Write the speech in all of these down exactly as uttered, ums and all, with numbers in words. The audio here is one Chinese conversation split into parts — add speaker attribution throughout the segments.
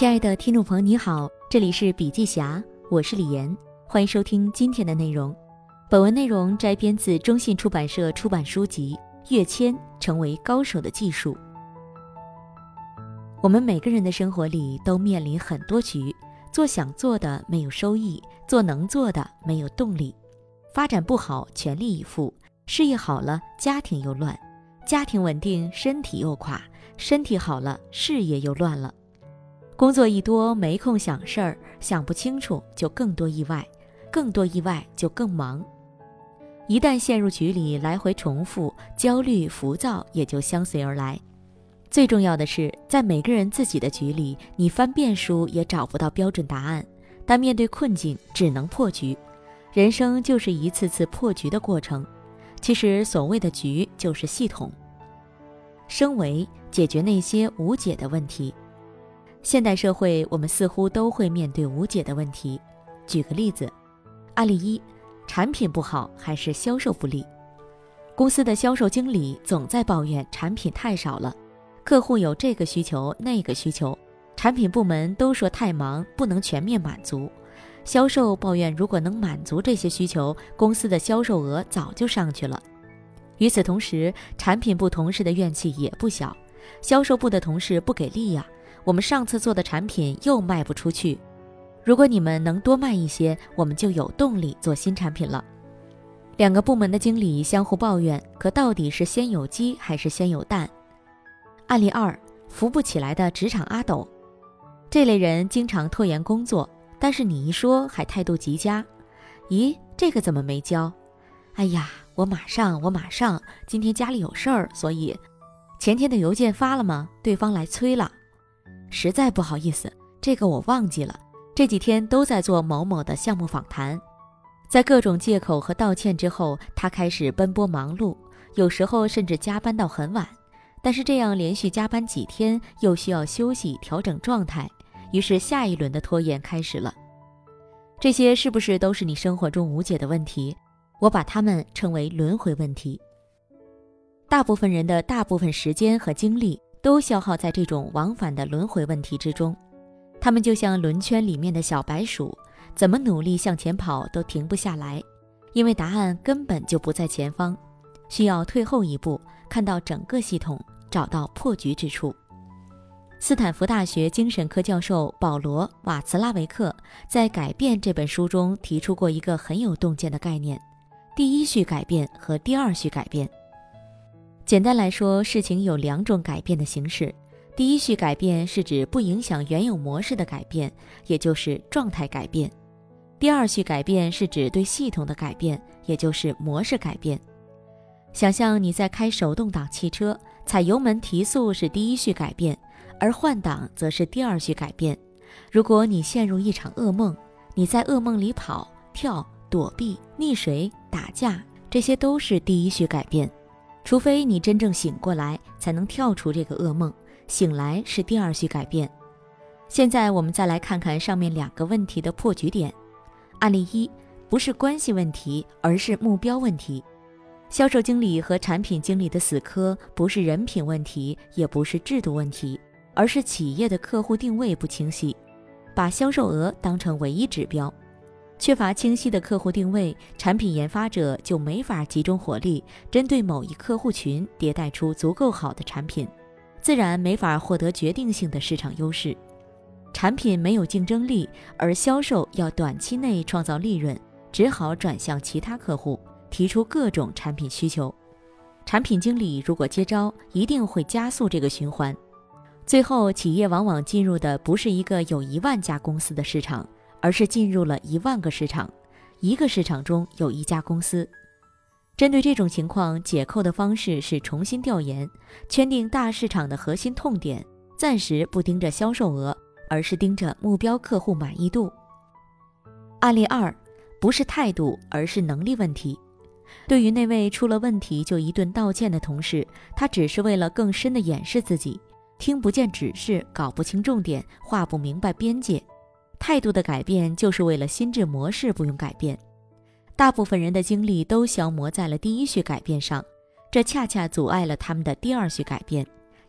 Speaker 1: 亲爱的听众朋友你好，这里是笔记侠，我是李岩，欢迎收听今天的内容。本文内容摘编自中信出版社出版书籍《跃迁：成为高手的技术》。我们每个人的生活里都面临很多局，做想做的没有收益，做能做的没有动力，发展不好全力以赴，事业好了家庭又乱，家庭稳定身体又垮，身体好了事业又乱了。工作一多没空想事儿，想不清楚就更多意外，更多意外就更忙。一旦陷入局里来回重复，焦虑浮躁也就相随而来。最重要的是，在每个人自己的局里，你翻遍书也找不到标准答案，但面对困境只能破局。人生就是一次次破局的过程，其实所谓的局就是系统。升维，解决那些无解的问题。现代社会，我们似乎都会面对无解的问题。举个例子，案例一，产品不好还是销售不利。公司的销售经理总在抱怨产品太少了，客户有这个需求那个需求，产品部门都说太忙不能全面满足，销售抱怨如果能满足这些需求，公司的销售额早就上去了。与此同时，产品部同事的怨气也不小，销售部的同事不给力呀，我们上次做的产品又卖不出去，如果你们能多卖一些，我们就有动力做新产品了。两个部门的经理相互抱怨，可到底是先有鸡还是先有蛋？案例二，扶不起来的职场阿斗。这类人经常拖延工作，但是你一说还态度极佳。咦，这个怎么没交？哎呀，我马上我马上，今天家里有事儿，所以前天的邮件发了吗？对方来催了。实在不好意思，这个我忘记了，这几天都在做某某的项目访谈。在各种借口和道歉之后，他开始奔波忙碌，有时候甚至加班到很晚。但是这样连续加班几天，又需要休息调整状态，于是下一轮的拖延开始了。这些是不是都是你生活中无解的问题？我把它们称为轮回问题。大部分人的大部分时间和精力都消耗在这种往返的轮回问题之中，他们就像轮圈里面的小白鼠，怎么努力向前跑都停不下来，因为答案根本就不在前方，需要退后一步，看到整个系统，找到破局之处。斯坦福大学精神科教授保罗·瓦茨拉维克在《改变》这本书中提出过一个很有洞见的概念：第一序改变和第二序改变。简单来说，事情有两种改变的形式。第一序改变是指不影响原有模式的改变，也就是状态改变。第二序改变是指对系统的改变，也就是模式改变。想象你在开手动挡汽车，踩油门提速是第一序改变，而换挡则是第二序改变。如果你陷入一场噩梦，你在噩梦里跑、跳、躲避、溺水、打架，这些都是第一序改变。除非你真正醒过来，才能跳出这个噩梦，醒来是第二序改变。现在我们再来看看上面两个问题的破局点。案例一，不是关系问题，而是目标问题。销售经理和产品经理的死磕，不是人品问题，也不是制度问题，而是企业的客户定位不清晰，把销售额当成唯一指标。缺乏清晰的客户定位，产品研发者就没法集中火力，针对某一客户群迭代出足够好的产品，自然没法获得决定性的市场优势。产品没有竞争力，而销售要短期内创造利润，只好转向其他客户，提出各种产品需求。产品经理如果接招，一定会加速这个循环。最后，企业往往进入的不是一个有一万家公司的市场，而是进入了一万个市场，一个市场中有一家公司。针对这种情况，解扣的方式是重新调研，圈定大市场的核心痛点，暂时不盯着销售额，而是盯着目标客户满意度。案例二，不是态度，而是能力问题。对于那位出了问题就一顿道歉的同事，他只是为了更深地掩饰自己，听不见指示，搞不清重点，画不明白边界。态度的改变就是为了心智模式不用改变。大部分人的精力都消磨在了第一序改变上，这恰恰阻碍了他们的第二序改变，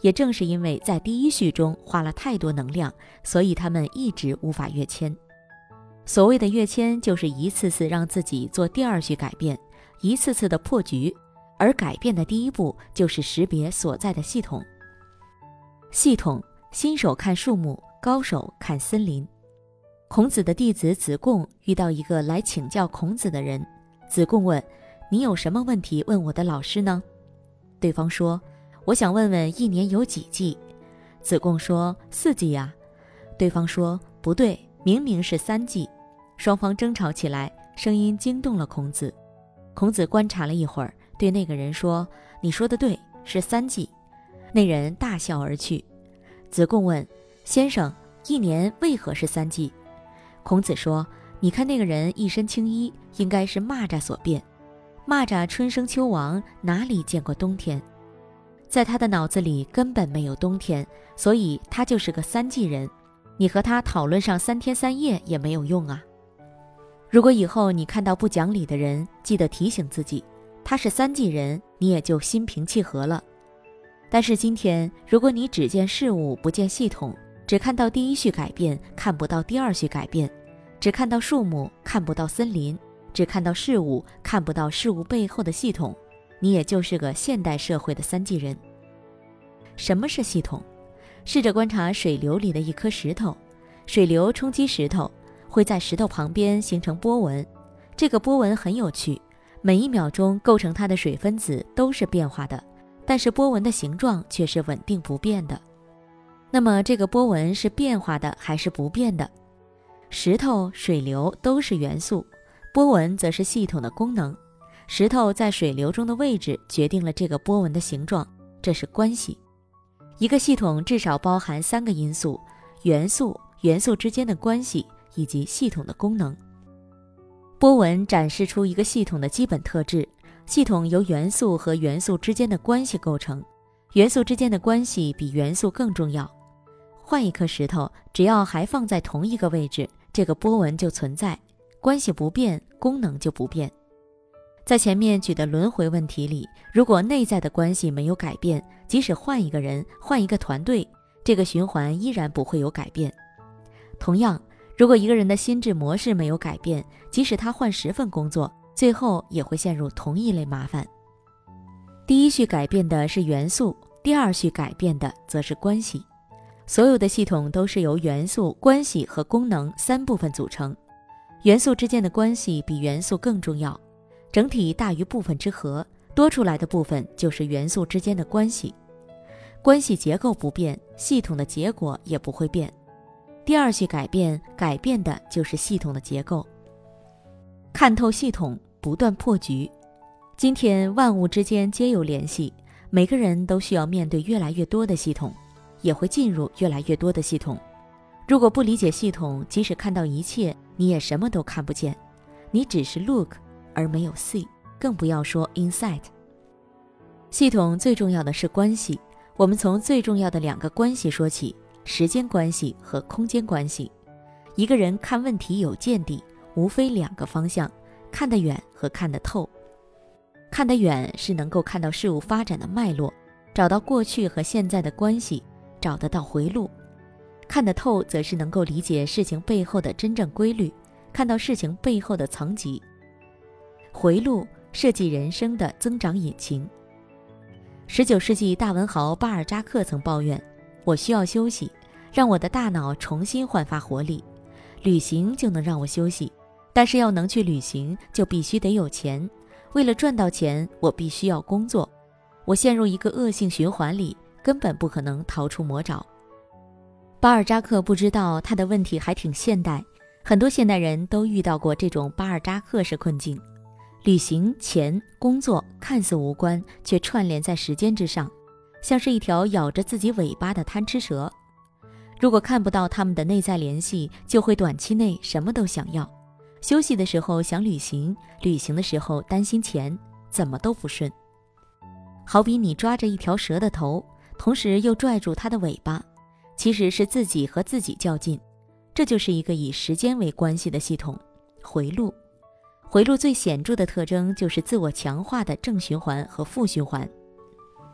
Speaker 1: 也正是因为在第一序中花了太多能量，所以他们一直无法跃迁。所谓的跃迁，就是一次次让自己做第二序改变，一次次的破局，而改变的第一步就是识别所在的系统。系统，新手看树木，高手看森林。孔子的弟子子贡遇到一个来请教孔子的人，子贡问：你有什么问题问我的老师呢？对方说：我想问问一年有几季。子贡说：四季啊。对方说：不对，明明是三季。双方争吵起来，声音惊动了孔子。孔子观察了一会儿，对那个人说：你说的对，是三季。那人大笑而去。子贡问：先生，一年为何是三季？孔子说：你看那个人一身青衣，应该是蚂蚱所变。蚂蚱春生秋亡，哪里见过冬天？在他的脑子里根本没有冬天，所以他就是个三季人。你和他讨论上三天三夜也没有用啊。如果以后你看到不讲理的人，记得提醒自己，他是三季人，你也就心平气和了。但是今天，如果你只见事物不见系统，只看到第一序改变，看不到第二序改变，只看到树木，看不到森林，只看到事物，看不到事物背后的系统，你也就是个现代社会的三季人。什么是系统？试着观察水流里的一颗石头，水流冲击石头，会在石头旁边形成波纹。这个波纹很有趣，每一秒钟构成它的水分子都是变化的，但是波纹的形状却是稳定不变的。那么这个波纹是变化的还是不变的？石头、水流都是元素，波纹则是系统的功能。石头在水流中的位置决定了这个波纹的形状，这是关系。一个系统至少包含三个因素：元素、元素之间的关系以及系统的功能。波纹展示出一个系统的基本特质，系统由元素和元素之间的关系构成，元素之间的关系比元素更重要。换一颗石头，只要还放在同一个位置，这个波纹就存在，关系不变，功能就不变。在前面举的轮回问题里，如果内在的关系没有改变，即使换一个人，换一个团队，这个循环依然不会有改变。同样，如果一个人的心智模式没有改变，即使他换十份工作，最后也会陷入同一类麻烦。第一序改变的是元素，第二序改变的则是关系。所有的系统都是由元素、关系和功能三部分组成，元素之间的关系比元素更重要，整体大于部分之和，多出来的部分就是元素之间的关系。关系结构不变，系统的结果也不会变。第二序改变，改变的就是系统的结构。看透系统，不断破局。今天万物之间皆有联系，每个人都需要面对越来越多的系统，也会进入越来越多的系统。如果不理解系统，即使看到一切，你也什么都看不见，你只是 look 而没有 see， 更不要说 insight。 系统最重要的是关系，我们从最重要的两个关系说起，时间关系和空间关系。一个人看问题有见地，无非两个方向，看得远和看得透。看得远是能够看到事物发展的脉络，找到过去和现在的关系，找得到回路。看得透则是能够理解事情背后的真正规律，看到事情背后的层级。回路设计人生的增长引擎。十九世纪大文豪巴尔扎克曾抱怨，我需要休息，让我的大脑重新焕发活力。旅行就能让我休息，但是要能去旅行，就必须得有钱。为了赚到钱，我必须要工作。我陷入一个恶性循环里，根本不可能逃出魔爪。巴尔扎克不知道他的问题还挺现代，很多现代人都遇到过这种巴尔扎克式困境。旅行、钱、工作看似无关，却串联在时间之上，像是一条咬着自己尾巴的贪吃蛇。如果看不到他们的内在联系，就会短期内什么都想要。休息的时候想旅行，旅行的时候担心钱，怎么都不顺。好比你抓着一条蛇的头，同时又拽住它的尾巴，其实是自己和自己较劲。这就是一个以时间为关系的系统。回路回路最显著的特征就是自我强化的正循环和负循环。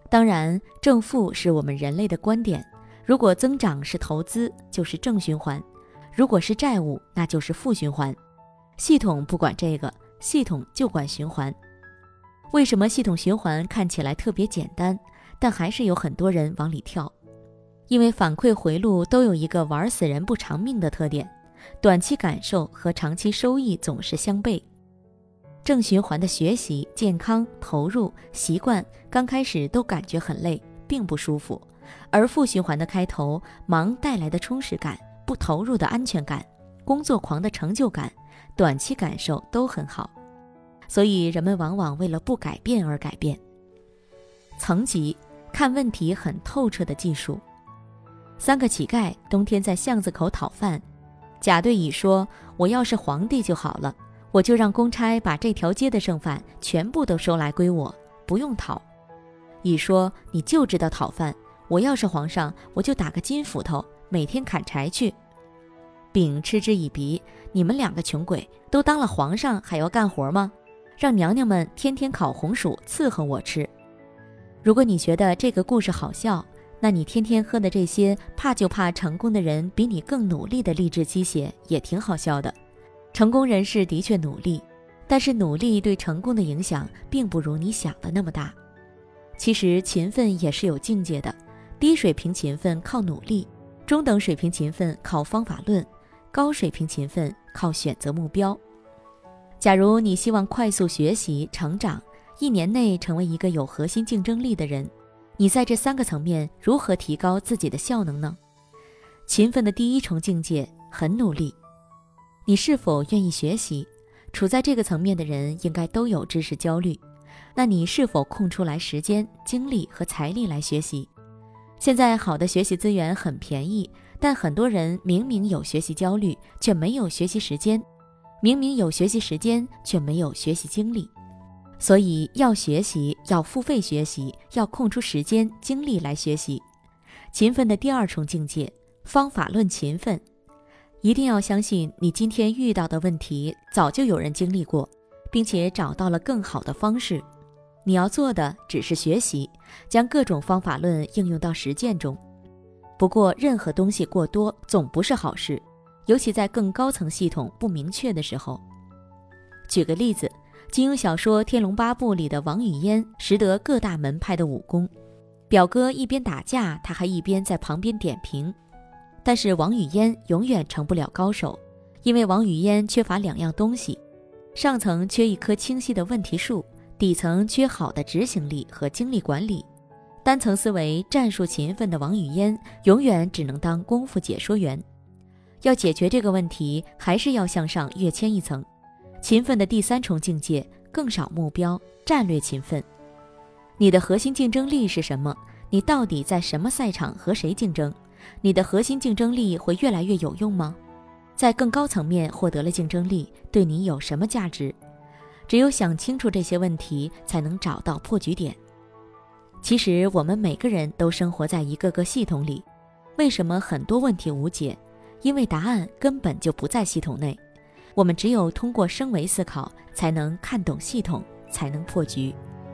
Speaker 1: 当然，正负是我们人类的观点，如果增长是投资，就是正循环；如果是债务，那就是负循环。系统不管这个，系统就管循环。为什么系统循环看起来特别简单，但还是有很多人往里跳？因为反馈回路都有一个玩死人不偿命的特点，短期感受和长期收益总是相悖。正循环的学习、健康、投入、习惯，刚开始都感觉很累，并不舒服；而负循环的开头，忙带来的充实感、不投入的安全感、工作狂的成就感，短期感受都很好。所以人们往往为了不改变而改变。层级，看问题很透彻的技术。三个乞丐冬天在巷子口讨饭，甲对乙说：我要是皇帝就好了，我就让公差把这条街的剩饭全部都收来归我，不用讨。乙说：你就知道讨饭，我要是皇上，我就打个金斧头，每天砍柴去。丙嗤之以鼻：你们两个穷鬼，都当了皇上还要干活吗？让娘娘们天天烤红薯伺候我吃。如果你觉得这个故事好笑，那你天天喝的这些怕就怕成功的人比你更努力的励志鸡血也挺好笑的。成功人士的确努力，但是努力对成功的影响并不如你想的那么大。其实勤奋也是有境界的，低水平勤奋靠努力，中等水平勤奋靠方法论，高水平勤奋靠选择目标。假如你希望快速学习成长，一年内成为一个有核心竞争力的人，你在这三个层面如何提高自己的效能呢？勤奋的第一重境界，很努力。你是否愿意学习？处在这个层面的人应该都有知识焦虑。那你是否空出来时间、精力和财力来学习？现在好的学习资源很便宜，但很多人明明有学习焦虑，却没有学习时间；明明有学习时间，却没有学习精力。所以要学习，要付费学习，要空出时间、精力来学习。勤奋的第二重境界，方法论勤奋。一定要相信你今天遇到的问题早就有人经历过，并且找到了更好的方式。你要做的只是学习，将各种方法论应用到实践中。不过任何东西过多总不是好事，尤其在更高层系统不明确的时候。举个例子，金庸小说《天龙八部》里的王语嫣识得各大门派的武功，表哥一边打架，他还一边在旁边点评。但是王语嫣永远成不了高手，因为王语嫣缺乏两样东西：上层缺一棵清晰的问题树，底层缺好的执行力和精力管理。单层思维、战术勤奋的王语嫣永远只能当功夫解说员。要解决这个问题，还是要向上跃迁一层。勤奋的第三重境界，更少目标，战略勤奋。你的核心竞争力是什么？你到底在什么赛场和谁竞争？你的核心竞争力会越来越有用吗？在更高层面获得了竞争力，对你有什么价值？只有想清楚这些问题，才能找到破局点。其实我们每个人都生活在一个个系统里，为什么很多问题无解？因为答案根本就不在系统内。我们只有通过升维思考，才能看懂系统，才能破局。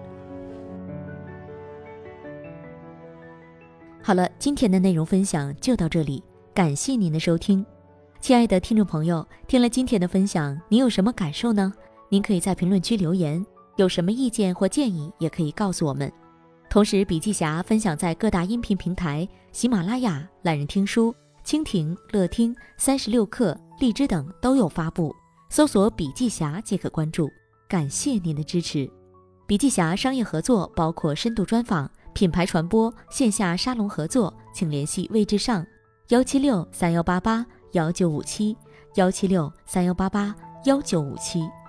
Speaker 1: 好了，今天的内容分享就到这里，感谢您的收听。亲爱的听众朋友，听了今天的分享，您有什么感受呢？您可以在评论区留言，有什么意见或建议也可以告诉我们。同时笔记侠分享在各大音频平台喜马拉雅、懒人听书、蜻蜓、乐听、三十六课、荔枝等都有发布，搜索笔记侠即可关注。感谢您的支持。笔记侠商业合作包括深度专访、品牌传播、线下沙龙合作，请联系魏志尚幺七六三幺八八幺九五七幺七六三幺八八幺九五七。